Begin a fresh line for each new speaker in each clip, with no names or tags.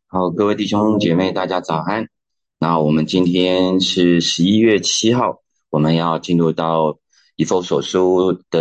好，各位弟兄姐妹，大家早安。那我们今天是11月7号，我们要进入到以弗所书的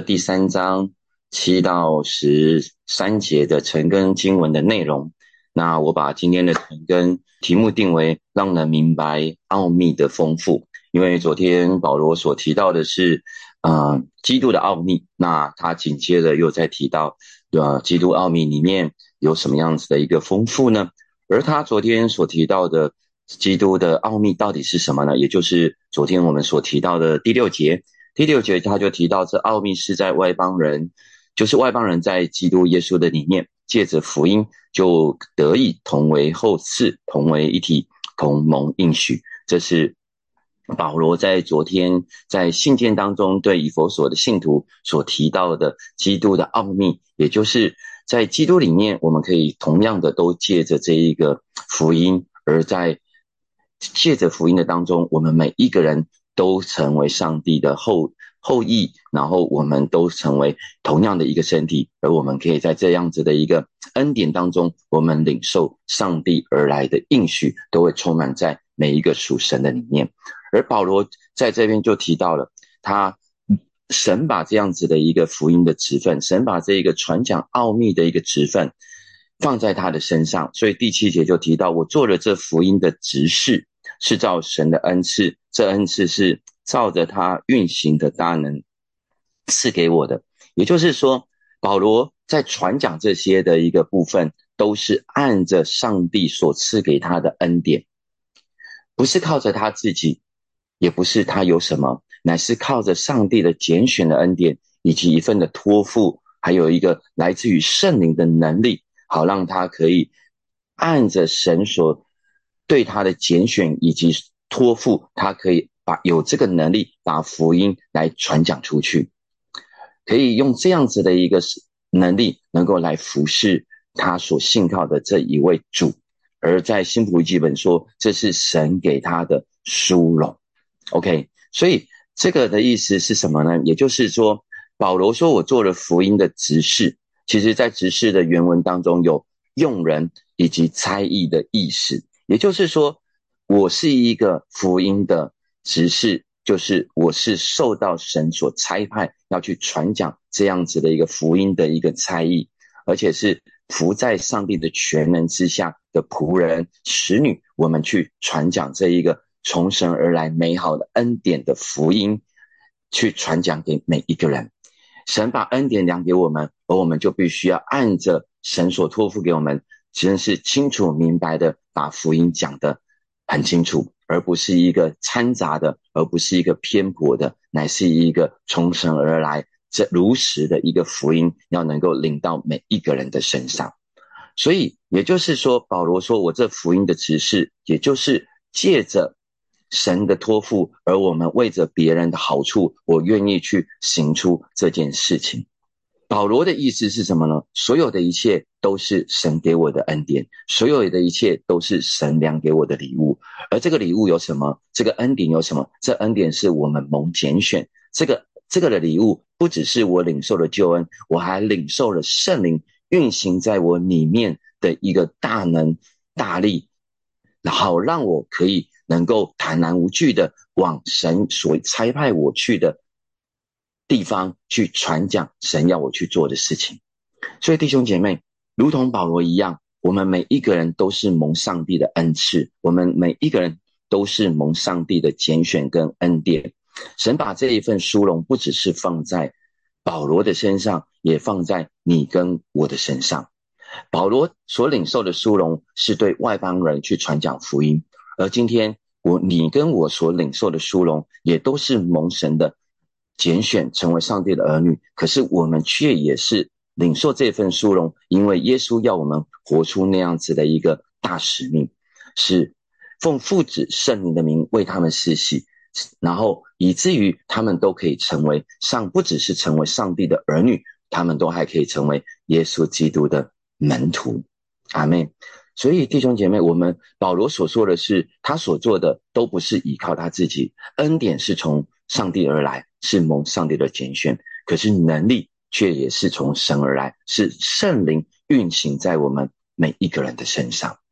第3章7到13节的晨更经文的内容。那我把今天的晨更题目定为让人明白奥秘的丰富，因为昨天保罗所提到的是基督的奥秘，那他紧接着又在提到基督奥秘里面有什么样子的一个丰富呢？而他昨天所提到的基督的奥秘到底是什么呢？也就是昨天我们所提到的第6节。第六节他就提到，这奥秘是在外邦人，就是外邦人在基督耶稣的里面，借着福音就得以同为后嗣，同为一体，同蒙应许。这是保罗在昨天在信件当中对以弗所的信徒所提到的基督的奥秘，也就是在基督里面，我们可以同样的都借着这一个福音，而在借着福音的当中，我们每一个人都成为上帝的后裔，然后我们都成为同样的一个身体，而我们可以在这样子的一个恩典当中，我们领受上帝而来的应许，都会充满在每一个属神的里面。而保罗在这边就提到了，神把这样子的一个福音的职分，神把这一个传讲奥秘的一个职分放在他的身上，所以第7节就提到，我做了这福音的执事，是照神的恩赐，这恩赐是照着他运行的大能赐给我的。也就是说，保罗在传讲这些的一个部分，都是按着上帝所赐给他的恩典，不是靠着他自己，也不是他有什么，乃是靠着上帝的拣选的恩典，以及一份的托付，还有一个来自于圣灵的能力，好让他可以按着神所对他的拣选以及托付，他可以有这个能力把福音来传讲出去，可以用这样子的一个能力，能够来服侍他所信靠的这一位主。而在新普记本说，这是神给他的殊荣。OK， 所以这个的意思是什么呢？也就是说，保罗说我做了福音的执事，其实在执事的原文当中有用人以及差役的意思。也就是说，我是一个福音的执事，就是我是受到神所差派要去传讲这样子的一个福音的一个差役，而且是服在上帝的全能之下的仆人使女，我们去传讲这一个从神而来美好的恩典的福音，去传讲给每一个人。神把恩典量给我们，而我们就必须要按着神所托付给我们，其实是清楚明白的把福音讲得很清楚，而不是一个掺杂的，而不是一个偏颇的，乃是一个从神而来这如实的一个福音，要能够领到每一个人的身上。所以也就是说，保罗说我这福音的指示，也就是借着神的托付，而我们为着别人的好处，我愿意去行出这件事情。保罗的意思是什么呢？所有的一切都是神给我的恩典，所有的一切都是神量给我的礼物。而这个礼物有什么？这个恩典有什么？这恩典是我们蒙拣选。这个的礼物不只是我领受了救恩，我还领受了圣灵运行在我里面的一个大能大力，好让我可以能够坦然无惧的往神所差派我去的地方去传讲神要我去做的事情。所以弟兄姐妹，如同保罗一样，我们每一个人都是蒙上帝的恩赐，我们每一个人都是蒙上帝的拣选跟恩典。神把这一份殊荣不只是放在保罗的身上，也放在你跟我的身上。保罗所领受的殊荣是对外邦人去传讲福音，而今天你跟我所领受的殊荣，也都是蒙神的拣选，成为上帝的儿女。可是我们却也是领受这份殊荣，因为耶稣要我们活出那样子的一个大使命，是奉父子圣灵的名为他们施洗，然后以至于他们都可以成为不只是成为上帝的儿女，他们都还可以成为耶稣基督的门徒。阿们。所以弟兄姐妹，我们保罗所说的是，他所做的都不是依靠他自己，恩典是从上帝而来，是蒙上帝的拣选，可是能力却也是从神而来，是圣灵运行在我们每一个人的身上。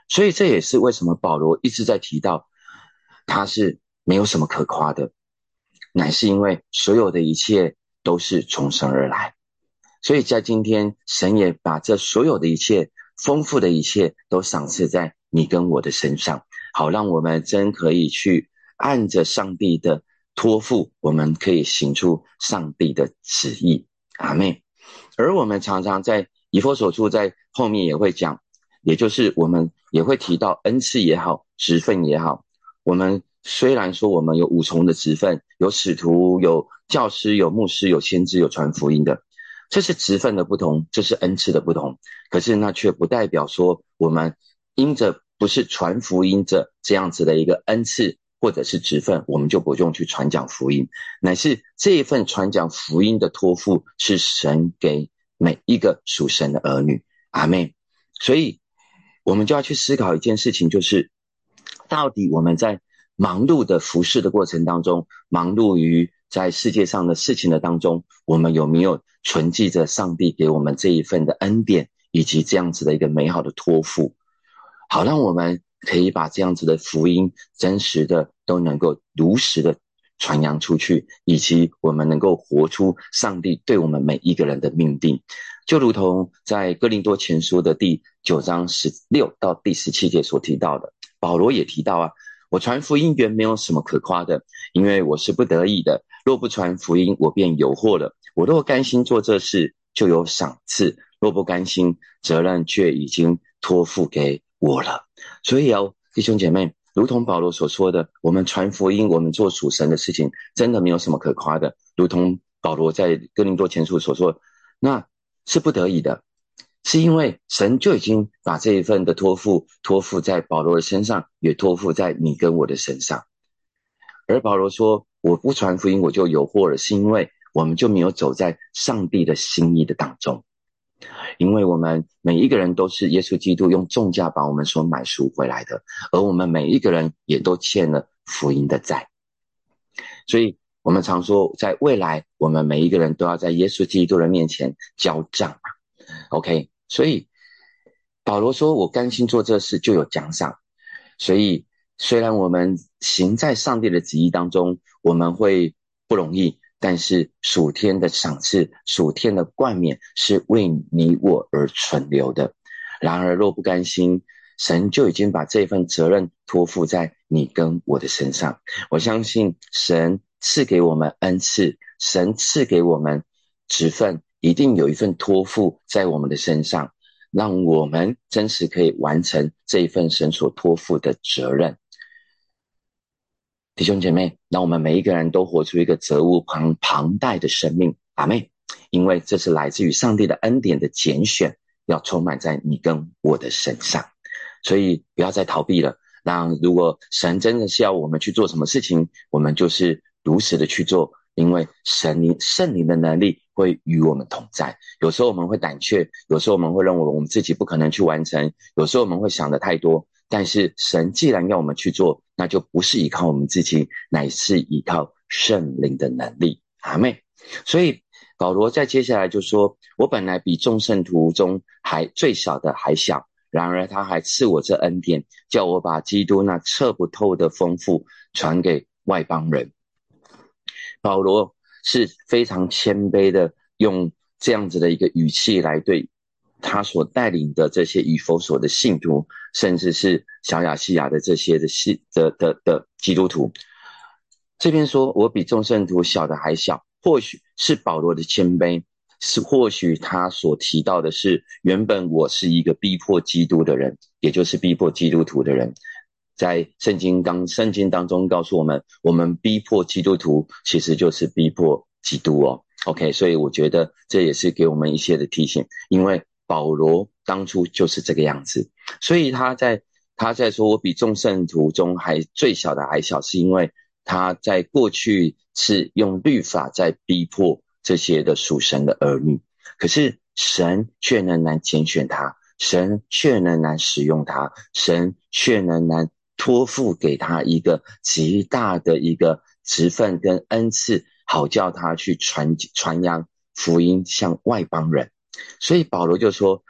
所以这也是为什么保罗一直在提到他是没有什么可夸的，乃是因为所有的一切都是从神而来。所以在今天，神也把这所有的一切丰富的一切都赏赐在你跟我的身上，好让我们真可以去按着上帝的托付，我们可以行出上帝的旨意。阿们。而我们常常在以弗所书在后面也会讲，也就是我们也会提到恩赐也好，职分也好。我们虽然说我们有五重的职分，有使徒，有教师，有牧师，有先知，有传福音的，这是职分的不同，这是恩赐的不同。可是那却不代表说我们因着不是传福音者这样子的一个恩赐或者是职分，我们就不用去传讲福音，乃是这一份传讲福音的托付是神给每一个属神的儿女。阿们。所以我们就要去思考一件事情，就是到底我们在忙碌的服事的过程当中，忙碌于在世界上的事情的当中，我们有没有存记着上帝给我们这一份的恩典，以及这样子的一个美好的托付，好让我们可以把这样子的福音真实的都能够如实的传扬出去，以及我们能够活出上帝对我们每一个人的命定。就如同在哥林多前书的第9章16到第17节所提到的，保罗也提到啊，我传福音原没有什么可夸的，因为我是不得已的，若不传福音，我便有祸了。我若甘心做这事，就有赏赐；若不甘心，责任却已经托付给我了。所以弟兄姐妹，如同保罗所说的，我们传福音，我们做属神的事情，真的没有什么可夸的。如同保罗在哥林多前书所说，那是不得已的，是因为神就已经把这一份的托付在保罗的身上，也托付在你跟我的身上。而保罗说，我不传福音我就有祸了，是因为我们就没有走在上帝的心意的当中。因为我们每一个人都是耶稣基督用重价把我们所买赎回来的，而我们每一个人也都欠了福音的债。所以我们常说，在未来我们每一个人都要在耶稣基督的面前交账。OK， 所以保罗说，我甘心做这事就有奖赏。所以虽然我们行在上帝的旨意当中，我们会不容易，但是属天的赏赐，属天的冠冕是为你我而存留的。然而若不甘心，神就已经把这份责任托付在你跟我的身上。我相信神赐给我们恩赐，神赐给我们职分，一定有一份托付在我们的身上，让我们真实可以完成这一份神所托付的责任。弟兄姐妹，让我们每一个人都活出一个责无旁贷的生命。阿们。因为这是来自于上帝的恩典的拣选，要充满在你跟我的身上。所以不要再逃避了，如果神真的是要我们去做什么事情，我们就是如实的去做，因为圣灵的能力会与我们同在。有时候我们会胆怯，有时候我们会认为我们自己不可能去完成，有时候我们会想的太多，但是神既然要我们去做，那就不是依靠我们自己，乃是依靠圣灵的能力。阿们。所以保罗在接下来就说，我本来比众圣徒中最小的还小，然而他还赐我这恩典，叫我把基督那测不透的丰富传给外邦人。保罗是非常谦卑的，用这样子的一个语气来对他所带领的这些以弗所的信徒，甚至是小亚细亚的这些的基督徒。这边说我比众圣徒小的还小，或许是保罗的谦卑，或许他所提到的是，原本我是一个逼迫基督的人，也就是逼迫基督徒的人。在圣经当中告诉我们，我们逼迫基督徒其实就是逼迫基督哦。OK， 所以我觉得这也是给我们一些的提醒，因为保罗当初就是这个样子，所以他在说我比众圣徒中最小的还小，是因为他在过去是用律法在逼迫这些的属神的儿女，可是神却仍然拣选他，神却仍然使用他，神却仍然托付给他一个极大的一个职分跟恩赐，好叫他去传扬福音向外邦人。所以保罗就说，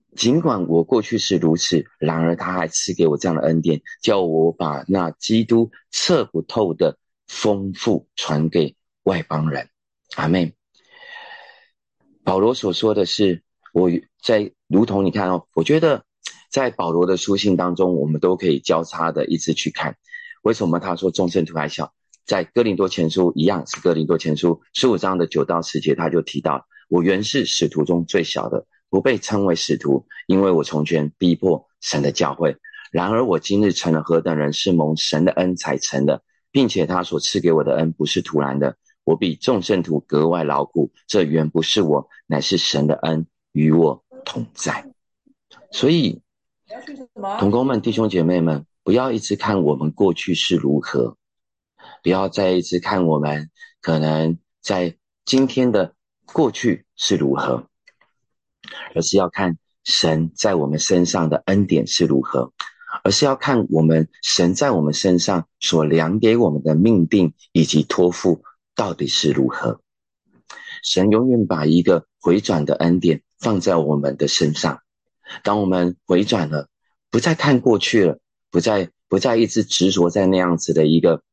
尽管我过去是如此，然而他还赐给我这样的恩典，叫我把那基督测不透的丰富传给外邦人。阿们。保罗所说的是，我在如同你看我觉得在保罗的书信当中，我们都可以交叉的一直去看。为什么他说众圣徒还小？在哥林多前书一样是哥林多前书15章的9到10节，他就提到，我原是使徒中最小的，不被称为使徒，因为我从前逼迫神的教会。然而我今日成了何等人，是蒙神的恩才成的，并且他所赐给我的恩不是突然的，我比众圣徒格外劳苦，这原不是我，乃是神的恩与我同在。所以同工们弟兄姐妹们，不要一直看我们过去是如何，不要再一直看我们可能在今天的过去是如何，而是要看神在我们身上的恩典是如何，而是要看我们神在我们身上所量给我们的命定以及托付到底是如何。神永远把一个回转的恩典放在我们的身上，当我们回转了，不再看过去了，不再一直执着在那样子的一个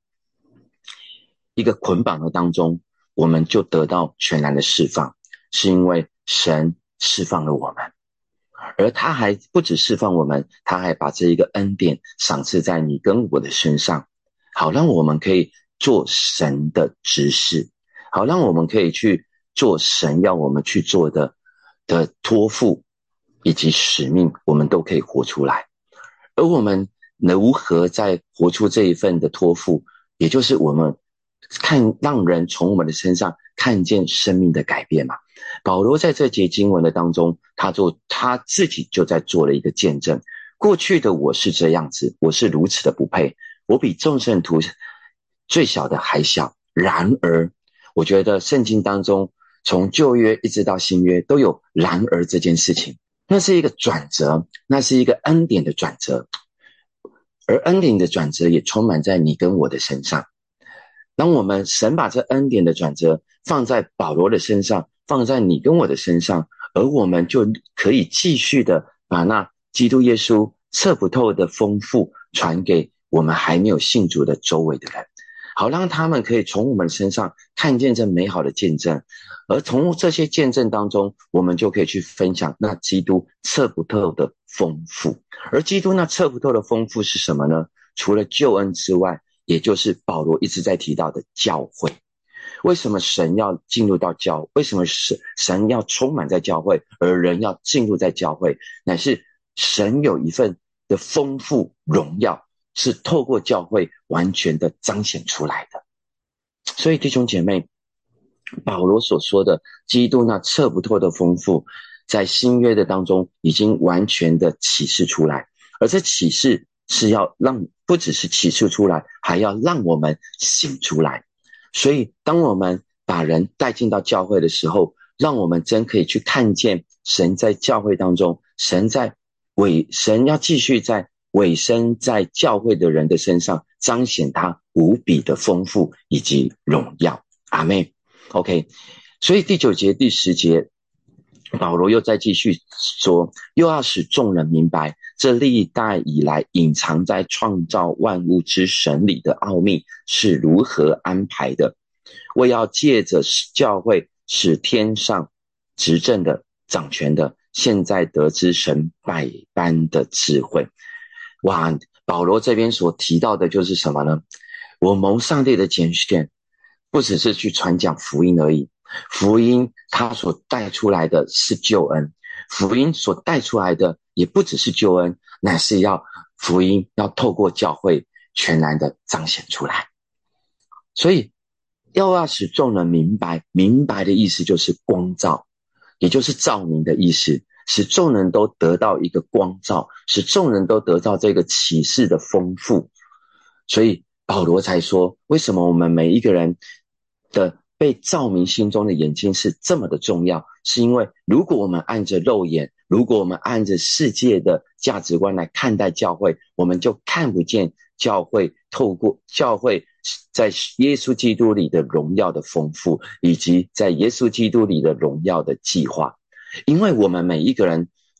捆绑的当中，我们就得到全然的释放，是因为神释放了我们，而他还不止释放我们，他还把这一个恩典赏赐在你跟我的身上，好让我们可以做神的执事，好让我们可以去做神要我们去做的托付以及使命，我们都可以活出来。而我们如何在活出这一份的托付，也就是我们让人从我们的身上看见生命的改变嘛。保罗在这节经文的当中，他自己就在做了一个见证，过去的我是这样子，我是如此的不配，我比众圣徒最小的还小。然而我觉得圣经当中从旧约一直到新约都有然而这件事情，那是一个转折，那是一个恩典的转折，而恩典的转折也充满在你跟我的身上。当我们神把这恩典的转折放在保罗的身上，放在你跟我的身上，而我们就可以继续的把那基督耶稣测不透的丰富传给我们还没有信主的周围的人，好让他们可以从我们身上看见这美好的见证，而从这些见证当中，我们就可以去分享那基督测不透的丰富。而基督那测不透的丰富是什么呢？除了救恩之外，也就是保罗一直在提到的教会。为什么神要进入到教会？为什么神要充满在教会，而人要进入在教会？乃是神有一份的丰富荣耀，是透过教会完全的彰显出来的。所以弟兄姐妹，保罗所说的基督那测不透的丰富，在新约的当中已经完全的启示出来，而这启示是要让不只是启示出来，还要让我们醒出来。所以当我们把人带进到教会的时候，让我们真可以去看见神在教会当中，神要继续在委身在教会的人的身上彰显他无比的丰富以及荣耀。阿们。 OK， 所以第9节第10节保罗又再继续说，又要使众人明白这历代以来隐藏在创造万物之神里的奥秘是如何安排的，我要借着教会使天上执政的掌权的现在得知神百般的智慧。哇，保罗这边所提到的就是什么呢？我蒙上帝的拣选，不只是去传讲福音而已，福音它所带出来的是救恩，福音所带出来的也不只是救恩，乃是福音要透过教会全然的彰显出来。所以要使众人明白，明白的意思就是光照，也就是照明的意思，使众人都得到一个光照，使众人都得到这个启示的丰富。所以保罗才说，为什么我们每一个人的被照明心中的眼睛是这么的重要，是因为如果我们按着肉眼，如果我们按着世界的价值观来看待教会，我们就看不见教会透过教会在耶稣基督里的荣耀的丰富，以及在耶稣基督里的荣耀的计划。因为我们每一个人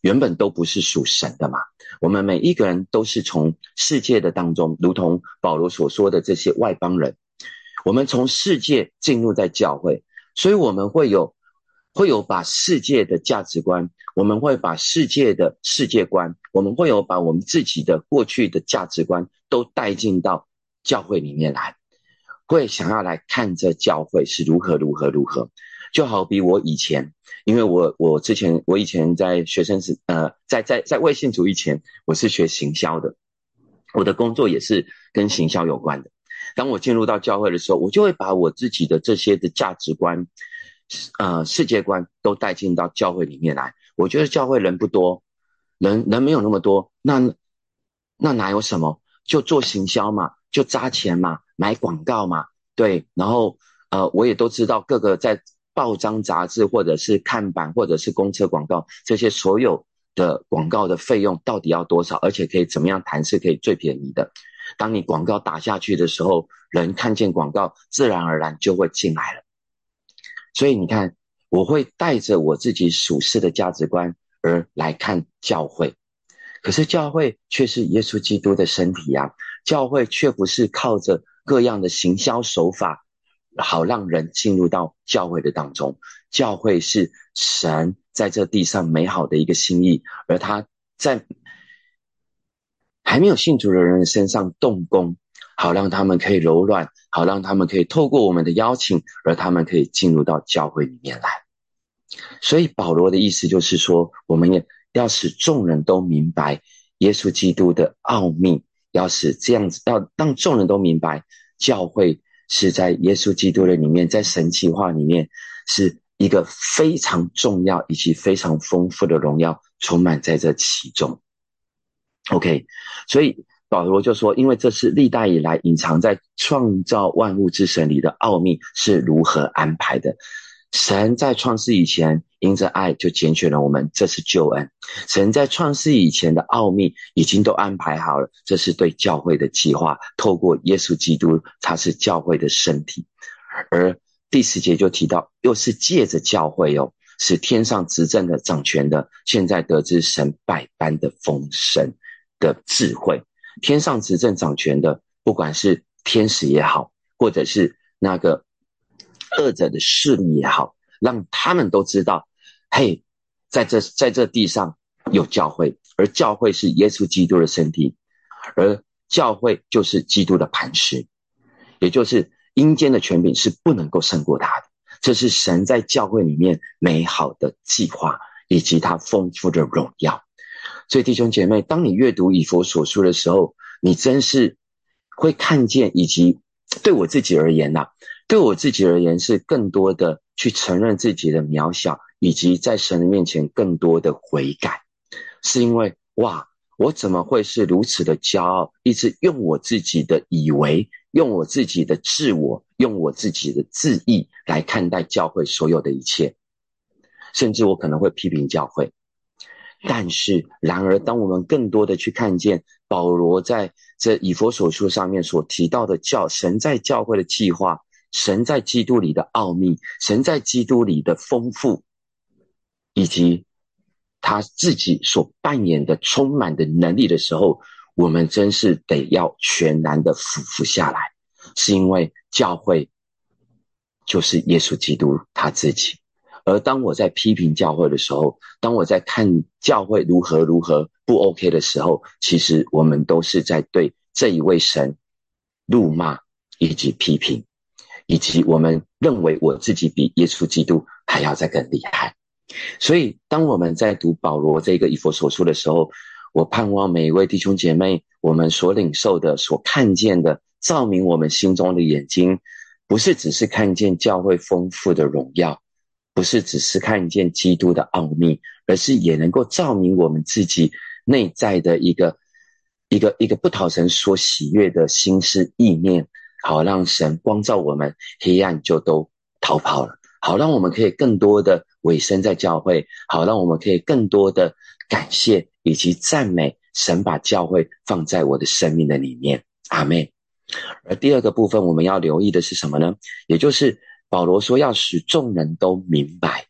原本都不是属神的嘛。我们每一个人都是从世界的当中，如同保罗所说的这些外邦人，我们从世界进入在教会，所以我们会有把世界的价值观，我们会把世界的世界观，我们会有把我们自己的过去的价值观都带进到教会里面来，会想要来看这教会是如何。就好比我以前，因为我以前在学生时在未信主以前，我是学行销的，我的工作也是跟行销有关的。当我进入到教会的时候，我就会把我自己的这些的价值观世界观都带进到教会里面来。我觉得教会人不多，人没有那么多，那哪有什么，就做行销嘛，就砸钱嘛，买广告嘛，对，然后我也都知道各个在报章杂志或者是看板或者是公车广告，这些所有的广告的费用到底要多少，而且可以怎么样谈是可以最便宜的。当你广告打下去的时候，人看见广告自然而然就会进来了。所以你看，我会带着我自己属世的价值观而来看教会，可是教会却是耶稣基督的身体啊，教会却不是靠着各样的行销手法好让人进入到教会的当中。教会是神在这地上美好的一个心意，而他在还没有信主的人身上动工，好让他们可以柔软，好让他们可以透过我们的邀请，而他们可以进入到教会里面来。所以保罗的意思就是说，我们也要使众人都明白耶稣基督的奥秘，要使这样子，要让众人都明白教会是在耶稣基督的里面，在神计划里面是一个非常重要以及非常丰富的荣耀充满在这其中。OK， 所以保罗就说，因为这是历代以来隐藏在创造万物之神里的奥秘是如何安排的。神在创世以前因着爱就拣选了我们，这是救恩。神在创世以前的奥秘已经都安排好了，这是对教会的计划，透过耶稣基督，他是教会的身体。而第10节就提到，又是借着教会使天上执政的掌权的现在得知神百般的丰盛的智慧。天上执政掌权的，不管是天使也好，或者是那个恶者的势力也好，让他们都知道，嘿，在这地上有教会，而教会是耶稣基督的身体，而教会就是基督的磐石，也就是阴间的权柄是不能够胜过他的。这是神在教会里面美好的计划，以及他丰富的荣耀。所以弟兄姐妹，当你阅读以弗所书的时候，你真是会看见，以及对我自己而言是更多的去承认自己的渺小，以及在神的面前更多的悔改。是因为哇，我怎么会是如此的骄傲，一直用我自己的以为，用我自己的自我，用我自己的自义来看待教会所有的一切，甚至我可能会批评教会。但是然而当我们更多的去看见保罗在这以弗所书上面所提到的神在教会的计划，神在基督里的奥秘，神在基督里的丰富，以及他自己所扮演的充满的能力的时候，我们真是得要全然的俯伏下来。是因为教会就是耶稣基督他自己。而当我在批评教会的时候，当我在看教会如何不 OK 的时候，其实我们都是在对这一位神辱骂以及批评，以及我们认为我自己比耶稣基督还要再更厉害。所以当我们在读保罗这个以弗所书的时候，我盼望每一位弟兄姐妹，我们所领受的，所看见的，照明我们心中的眼睛，不是只是看见教会丰富的荣耀，不是只是看见基督的奥秘，而是也能够照明我们自己内在的一个不讨神所喜悦的心思意念，好让神光照我们，黑暗就都逃跑了，好让我们可以更多的委身在教会，好让我们可以更多的感谢以及赞美神把教会放在我的生命的里面。阿们。而第二个部分我们要留意的是什么呢？也就是保罗说要使众人都明白。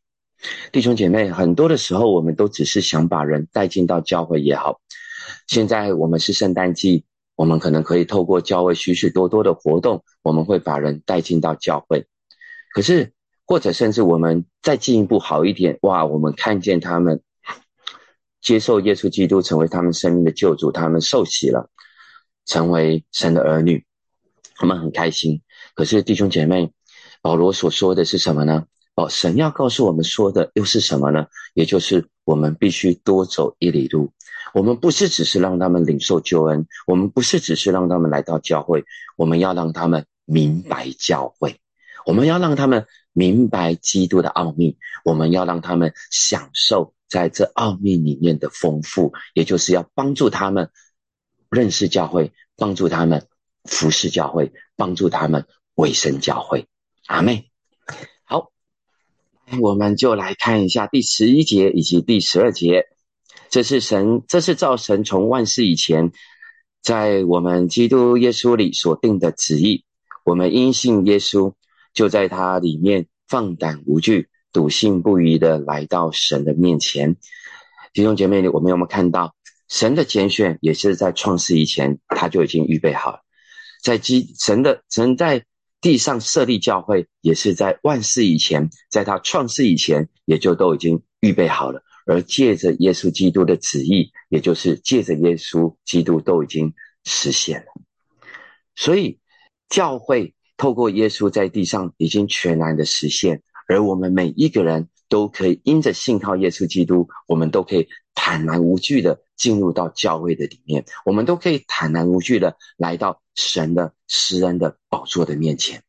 弟兄姐妹，很多的时候我们都只是想把人带进到教会也好。现在我们是圣诞季，我们可能可以透过教会许许多多的活动，我们会把人带进到教会。可是或者甚至我们再进一步好一点，哇，我们看见他们接受耶稣基督成为他们生命的救主，他们受洗了，成为神的儿女，我们很开心。可是弟兄姐妹，保罗所说的是什么呢？神要告诉我们说的又是什么呢？也就是我们必须多走一里路。我们不是只是让他们领受救恩，我们不是只是让他们来到教会，我们要让他们明白教会，我们要让他们明白基督的奥秘，我们要让他们享受在这奥秘里面的丰富，也就是要帮助他们认识教会，帮助他们服侍教会，帮助他们委身教会。阿们。好，我们就来看一下第11节以及第12节。这是照神从万事以前在我们基督耶稣里所定的旨意，我们因信耶稣，就在他里面放胆无惧，笃信不疑的来到神的面前。弟兄姐妹，我们有没有看到神的拣选也是在创世以前他就已经预备好了，神在地上设立教会也是在万事以前，在他创世以前也就都已经预备好了，而借着耶稣基督的旨意，也就是借着耶稣基督都已经实现了。所以教会透过耶稣在地上已经全然的实现，而我们每一个人都可以因着信靠耶稣基督，我们都可以坦然无惧的进入到教会的里面，我们都可以坦然无惧的来到神的施恩的宝座的面前，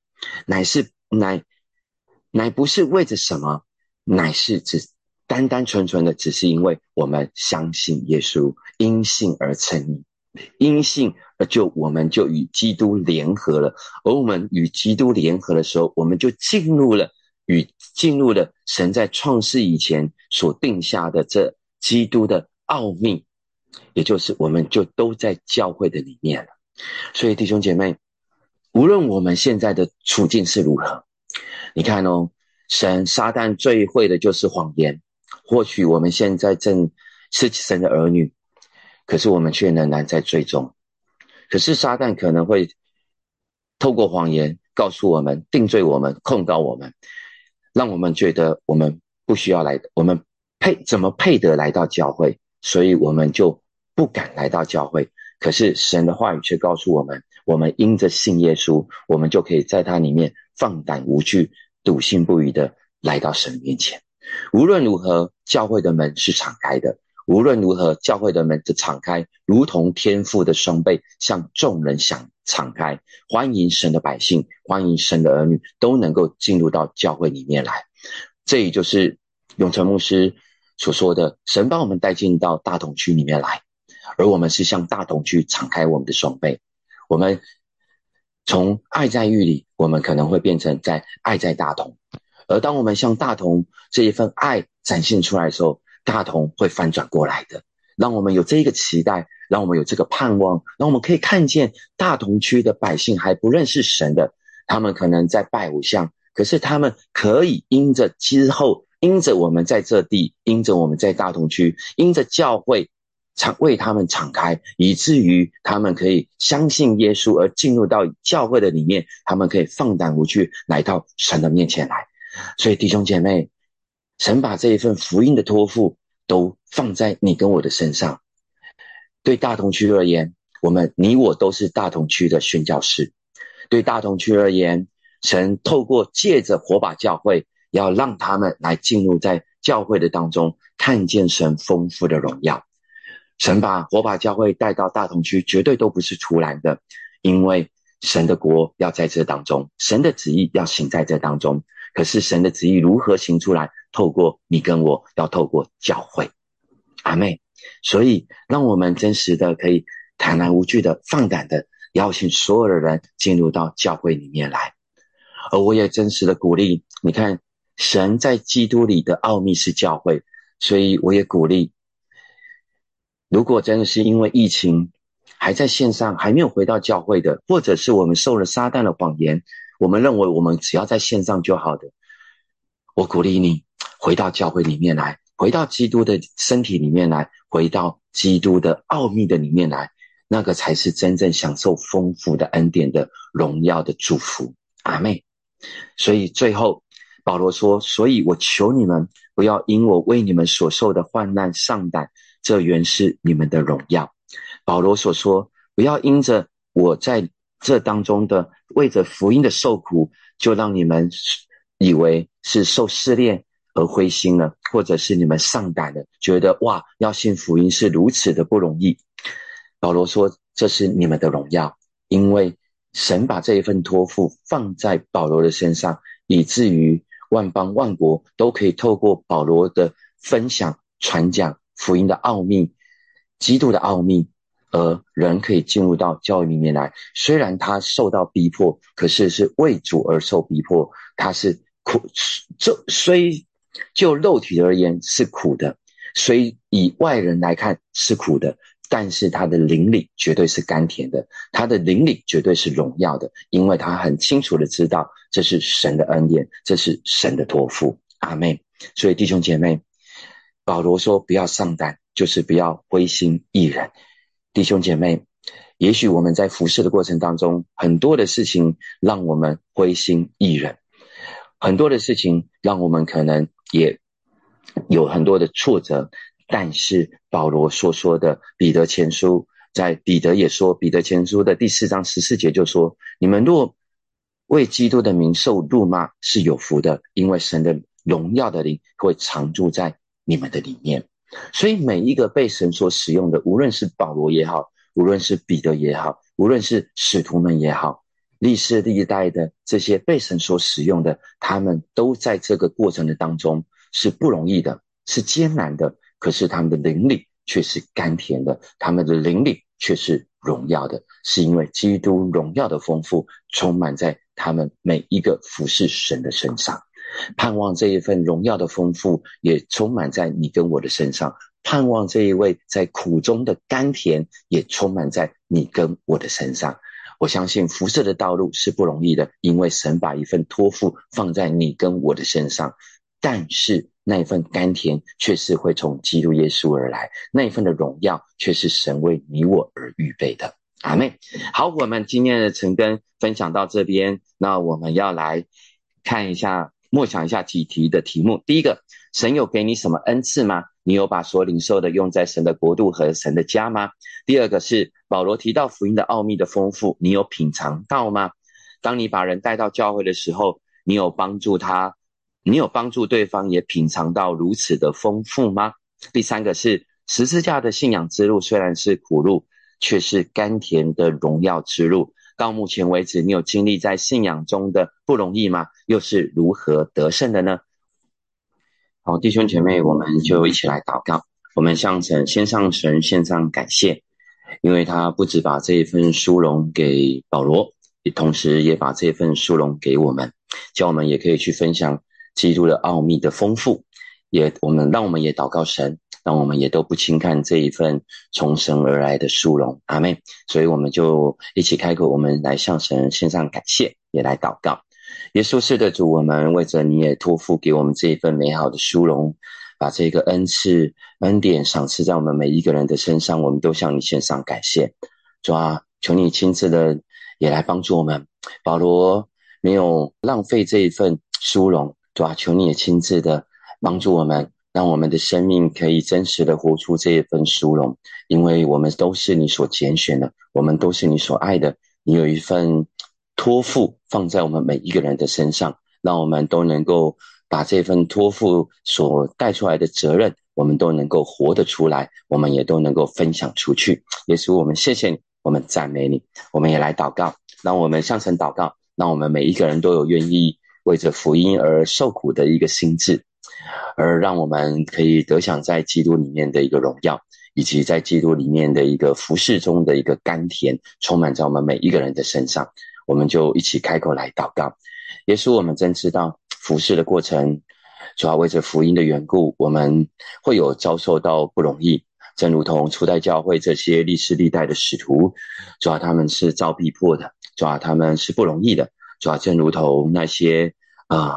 乃不是为着什么，乃是单单纯纯的只是因为我们相信耶稣，因信而称义，因信而我们就与基督联合了，而我们与基督联合的时候，我们就进入了神在创世以前所定下的这基督的奥秘，也就是我们就都在教会的里面了。所以弟兄姐妹，无论我们现在的处境是如何，你看哦，撒旦最会的就是谎言。或许我们现在正是神的儿女，可是我们却仍然在罪中。可是撒旦可能会透过谎言告诉我们，定罪我们，控告我们，让我们觉得我们不需要来，我们怎么配得来到教会，所以我们就不敢来到教会。可是神的话语却告诉我们，我们因着信耶稣，我们就可以在他里面放胆无惧，笃信不疑的来到神面前。无论如何，教会的门是敞开的，无论如何，教会的门的敞开如同天父的双臂向众人敞开，欢迎神的百姓，欢迎神的儿女都能够进入到教会里面来。这也就是永成牧师所说的，神把我们带进到大同区里面来，而我们是向大同区敞开我们的双臂。我们从爱在狱里，我们可能会变成在爱在大同，而当我们向大同这一份爱展现出来的时候，大同会翻转过来的。让我们有这一个期待，让我们有这个盼望，让我们可以看见大同区的百姓还不认识神的，他们可能在拜偶像，可是他们可以因着我们在这地，因着我们在大同区，因着教会为他们敞开，以至于他们可以相信耶稣而进入到教会的里面，他们可以放胆无惧来到神的面前来。所以弟兄姐妹，神把这一份福音的托付都放在你跟我的身上。对大同区而言，你我都是大同区的宣教士。对大同区而言，神透过借着火把教会，要让他们来进入在教会的当中，看见神丰富的荣耀。神把火把教会带到大同区，绝对都不是突然的，因为神的国要在这当中，神的旨意要行在这当中。可是神的旨意如何行出来？透过你跟我，要透过教会。阿们。所以让我们真实的可以坦然无惧的放胆的邀请所有的人进入到教会里面来。而我也真实的鼓励，你看神在基督里的奥秘是教会，所以我也鼓励，如果真的是因为疫情还在线上还没有回到教会的，或者是我们受了撒旦的谎言，我们认为我们只要在线上就好的， 我鼓励你回到教会里面来，回到基督的身体里面来，回到基督的奥秘的里面来，那个才是真正享受丰富的恩典的荣耀的祝福。阿们。所以最后保罗说，所以我求你们不要因我为你们所受的患难丧胆，这原是你们的荣耀。保罗所说，不要因着我在这当中的为着福音的受苦，就让你们以为是受试炼而灰心了，或者是你们丧胆了，觉得哇，要信福音是如此的不容易。保罗说，这是你们的荣耀，因为神把这一份托付放在保罗的身上，以至于万邦万国都可以透过保罗的分享传讲福音的奥秘，基督的奥秘，而人可以进入到教会里面来。虽然他受到逼迫，可是是为主而受逼迫，他是苦，虽就肉体而言是苦的，虽以外人来看是苦的，但是他的灵里绝对是甘甜的，他的灵里绝对是荣耀的，因为他很清楚的知道这是神的恩典，这是神的托付。阿们。所以弟兄姐妹，保罗说不要丧胆，就是不要灰心意冷。弟兄姐妹，也许我们在服事的过程当中，很多的事情让我们灰心意冷，很多的事情让我们可能也有很多的挫折，但是保罗所说的彼得前书，在彼得也说，彼得前书的第4章14节就说，你们若为基督的名受辱骂是有福的，因为神的荣耀的灵会常住在你们的里面。所以每一个被神所使用的，无论是保罗也好，无论是彼得也好，无论是使徒们也好，历世历代的这些被神所使用的，他们都在这个过程的当中是不容易的，是艰难的，可是他们的灵力却是甘甜的，他们的灵力却是荣耀的，是因为基督荣耀的丰富充满在他们每一个服侍神的身上。盼望这一份荣耀的丰富也充满在你跟我的身上，盼望这一位在苦中的甘甜也充满在你跟我的身上。我相信服侍的道路是不容易的，因为神把一份托付放在你跟我的身上，但是那一份甘甜却是会从基督耶稣而来，那一份的荣耀却是神为你我而预备的。阿们。好，我们今天的晨更分享到这边，那我们要来看一下默想一下几题的题目。第一个，神有给你什么恩赐吗？你有把所领受的用在神的国度和神的家吗？第二个是保罗提到福音的奥秘的丰富，你有品尝到吗？当你把人带到教会的时候，你有帮助对方也品尝到如此的丰富吗？第三个是十字架的信仰之路虽然是苦路，却是甘甜的荣耀之路。到目前为止，你有经历在信仰中的不容易吗？又是如何得胜的呢？好，弟兄姐妹，我们就一起来祷告。我们向神献上感谢，因为他不只把这一份殊荣给保罗，同时也把这份殊荣给我们，叫我们也可以去分享基督的奥秘的丰富。让我们也祷告神，让我们也都不轻看这一份从神而来的殊荣。阿们。所以我们就一起开口，我们来向神献上感谢，也来祷告。耶稣是的主，我们为着你也托付给我们这一份美好的殊荣，把这个恩赐恩典赏赐在我们每一个人的身上，我们都向你献上感谢。主啊，求你亲自的也来帮助我们。保罗没有浪费这一份殊荣，主啊，求你也亲自的帮助我们，让我们的生命可以真实的活出这一份殊荣，因为我们都是你所拣选的，我们都是你所爱的，你有一份托付放在我们每一个人的身上，让我们都能够把这份托付所带出来的责任，我们都能够活得出来，我们也都能够分享出去。耶稣，我们谢谢你，我们赞美你。我们也来祷告，让我们向神祷告，让我们每一个人都有愿意为着福音而受苦的一个心志，而让我们可以得享在基督里面的一个荣耀，以及在基督里面的一个服事中的一个甘甜，充满在我们每一个人的身上。我们就一起开口来祷告。耶稣，我们真知道服事的过程，主要为着福音的缘故，我们会有遭受到不容易，正如同初代教会这些历世历代的使徒，主要他们是遭逼迫的，主要他们是不容易的，主要正如同那些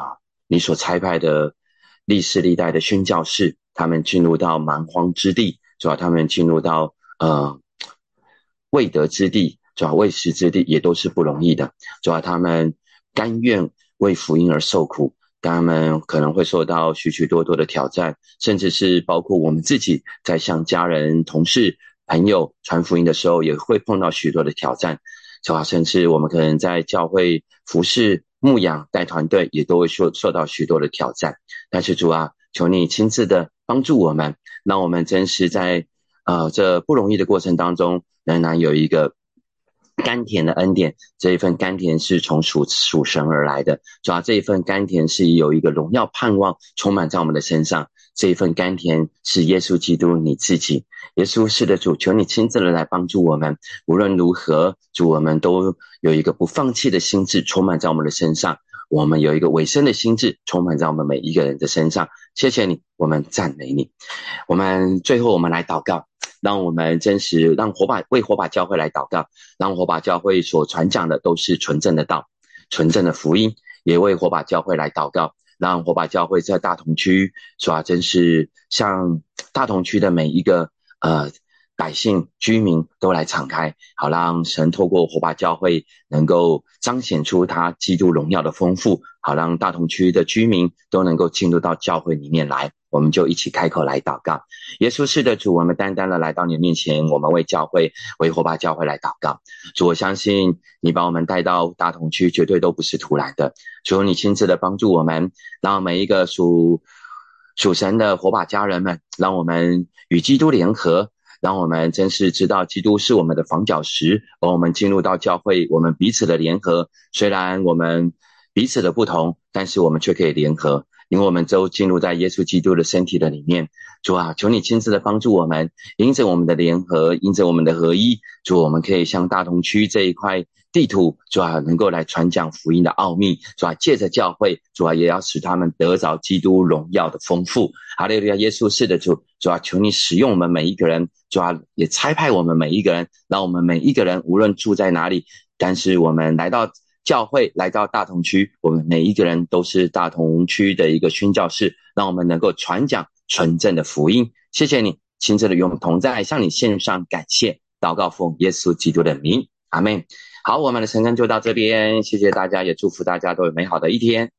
你所差派的历世历代的宣教士，他们进入到蛮荒之地，主要他们进入到未得之地，主要未识之地，也都是不容易的。主要他们甘愿为福音而受苦，他们可能会受到许许多多的挑战，甚至是包括我们自己在向家人、同事、朋友传福音的时候，也会碰到许多的挑战。主要甚至我们可能在教会服侍、牧养、带团队，也都会受到许多的挑战。但是主啊，求你亲自的帮助我们，让我们真是在这不容易的过程当中，仍然有一个甘甜的恩典。这一份甘甜是从属神而来的，主要这一份甘甜是有一个荣耀盼望充满在我们的身上。这一份甘甜是耶稣基督你自己。耶稣是的主，求你亲自的来帮助我们，无论如何，主，我们都有一个不放弃的心志充满在我们的身上，我们有一个委身的心志充满在我们每一个人的身上。谢谢你，我们赞美你。最后我们来祷告，让我们真实为火把教会来祷告，让火把教会所传讲的都是纯正的道、纯正的福音，也为火把教会来祷告，让火把教会在大同区真是向大同区的每一个百姓居民都来敞开，好让神透过火把教会能够彰显出他基督荣耀的丰富，好让大同区的居民都能够进入到教会里面来。我们就一起开口来祷告。耶稣是的主，我们单单的来到你的面前，我们为教会、为火把教会来祷告。主，我相信你把我们带到大同区绝对都不是突然的，主，你亲自的帮助我们，让每一个属神的火把家人们，让我们与基督联合，让我们真是知道基督是我们的房角石，而我们进入到教会，我们彼此的联合，虽然我们彼此的不同，但是我们却可以联合，因为我们都进入在耶稣基督的身体的里面。主啊，求你亲自的帮助我们，因着我们的联合，因着我们的合一，主，我们可以向大同区这一块地图，主啊，能够来传讲福音的奥秘，主啊，借着教会，主啊，也要使他们得着基督荣耀的丰富。哈利路亚，耶稣是的主，主啊，求你使用我们每一个人，主啊，也差派我们每一个人，让我们每一个人无论住在哪里，但是我们来到教会，来到大同区，我们每一个人都是大同区的一个宣教士，让我们能够传讲纯正的福音。谢谢你亲自的与我们同在，向你献上感谢，祷告奉耶稣基督的名，阿们。好，我们的晨更就到这边，谢谢大家，也祝福大家都有美好的一天。